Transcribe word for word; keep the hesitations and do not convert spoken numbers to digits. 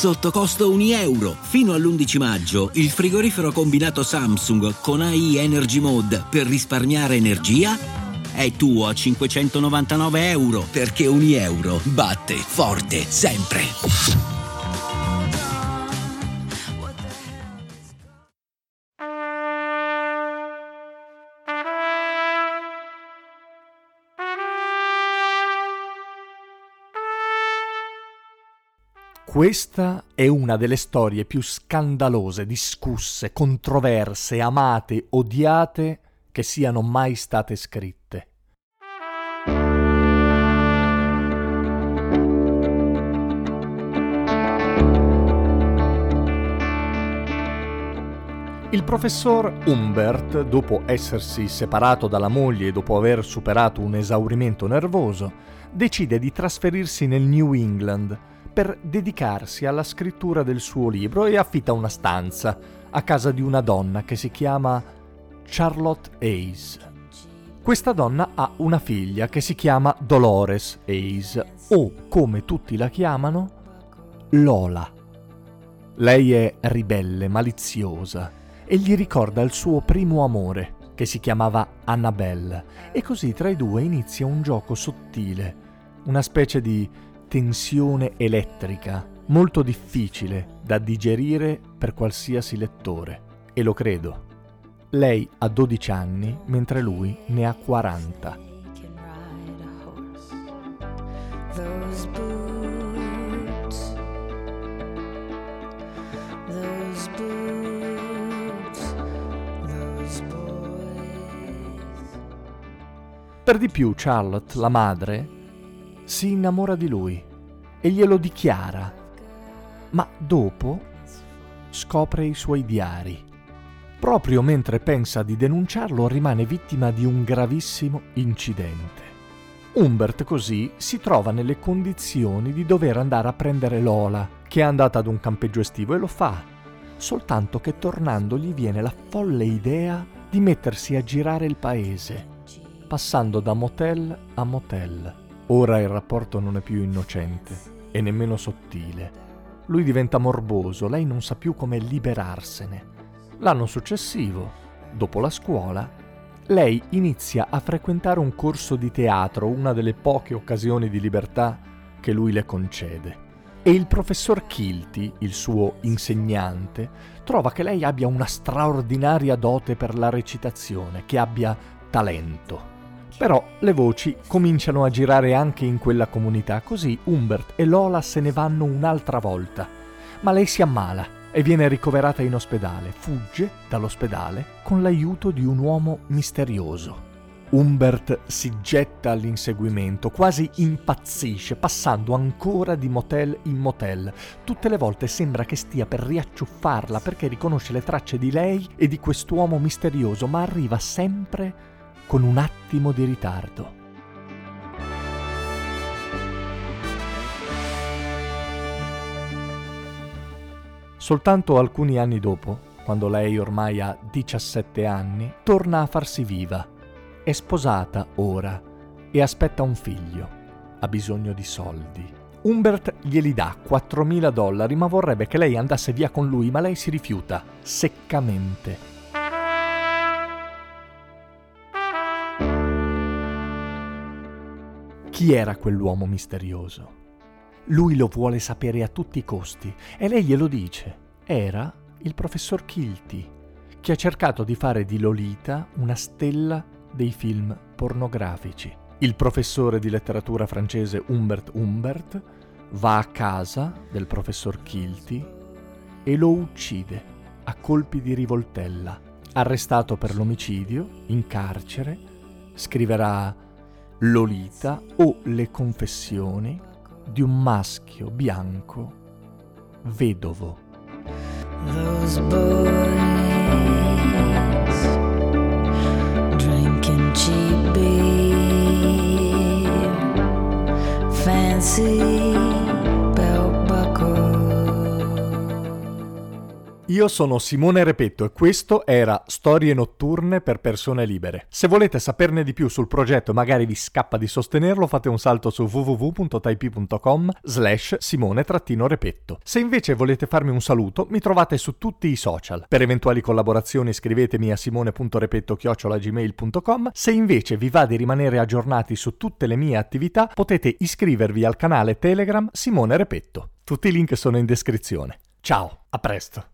sotto costo un euro. Fino all'undici maggio il frigorifero combinato Samsung con A I Energy Mode per risparmiare energia è tuo a cinquecentonovantanove euro, perché un euro batte forte sempre. Questa è una delle storie più scandalose, discusse, controverse, amate, odiate che siano mai state scritte. Il professor Humbert, dopo essersi separato dalla moglie e dopo aver superato un esaurimento nervoso, decide di trasferirsi nel New England per dedicarsi alla scrittura del suo libro e affitta una stanza a casa di una donna che si chiama Charlotte Hayes. Questa donna ha una figlia che si chiama Dolores Hayes, o come tutti la chiamano, Lola. Lei è ribelle, maliziosa e gli ricorda il suo primo amore, che si chiamava Annabelle, e così tra i due inizia un gioco sottile, una specie di tensione elettrica, molto difficile da digerire per qualsiasi lettore. E lo credo. Lei ha dodici anni, mentre lui ne ha quaranta. Per di più Charlotte, la madre, si innamora di lui e glielo dichiara, ma dopo scopre i suoi diari. Proprio mentre pensa di denunciarlo, rimane vittima di un gravissimo incidente. Humbert così si trova nelle condizioni di dover andare a prendere Lola, che è andata ad un campeggio estivo, e lo fa, soltanto che tornando gli viene la folle idea di mettersi a girare il paese, passando da motel a motel. Ora il rapporto non è più innocente e nemmeno sottile. Lui diventa morboso, lei non sa più come liberarsene. L'anno successivo, dopo la scuola, lei inizia a frequentare un corso di teatro, una delle poche occasioni di libertà che lui le concede. E il professor Kilty, il suo insegnante, trova che lei abbia una straordinaria dote per la recitazione, che abbia talento. Però le voci cominciano a girare anche in quella comunità, così Humbert e Lola se ne vanno un'altra volta. Ma lei si ammala e viene ricoverata in ospedale. Fugge dall'ospedale con l'aiuto di un uomo misterioso. Humbert si getta all'inseguimento, quasi impazzisce, passando ancora di motel in motel. Tutte le volte sembra che stia per riacciuffarla perché riconosce le tracce di lei e di quest'uomo misterioso, ma arriva sempre con un attimo di ritardo. Soltanto alcuni anni dopo, quando lei ormai ha diciassette anni, torna a farsi viva. È sposata ora e aspetta un figlio. Ha bisogno di soldi. Humbert glieli dà quattromila dollari, ma vorrebbe che lei andasse via con lui, ma lei si rifiuta seccamente. Chi era quell'uomo misterioso? Lui lo vuole sapere a tutti i costi e lei glielo dice. Era il professor Kilty, che ha cercato di fare di Lolita una stella dei film pornografici. Il professore di letteratura francese Humbert Humbert va a casa del professor Kilty e lo uccide a colpi di rivoltella. Arrestato per l'omicidio, in carcere, scriverà Lolita o le confessioni di un maschio bianco vedovo. Those boys drinking cheap beer, fancy belt buckle. Io sono Simone Repetto e questo era Storie notturne per persone libere. Se volete saperne di più sul progetto e magari vi scappa di sostenerlo, fate un salto su w w w punto type punto com slash Simone Repetto. Se invece volete farmi un saluto, mi trovate su tutti i social. Per eventuali collaborazioni scrivetemi a simone punto repetto chiocciola gmail punto com. Se invece vi va di rimanere aggiornati su tutte le mie attività, potete iscrivervi al canale Telegram Simone Repetto. Tutti i link sono in descrizione. Ciao, a presto!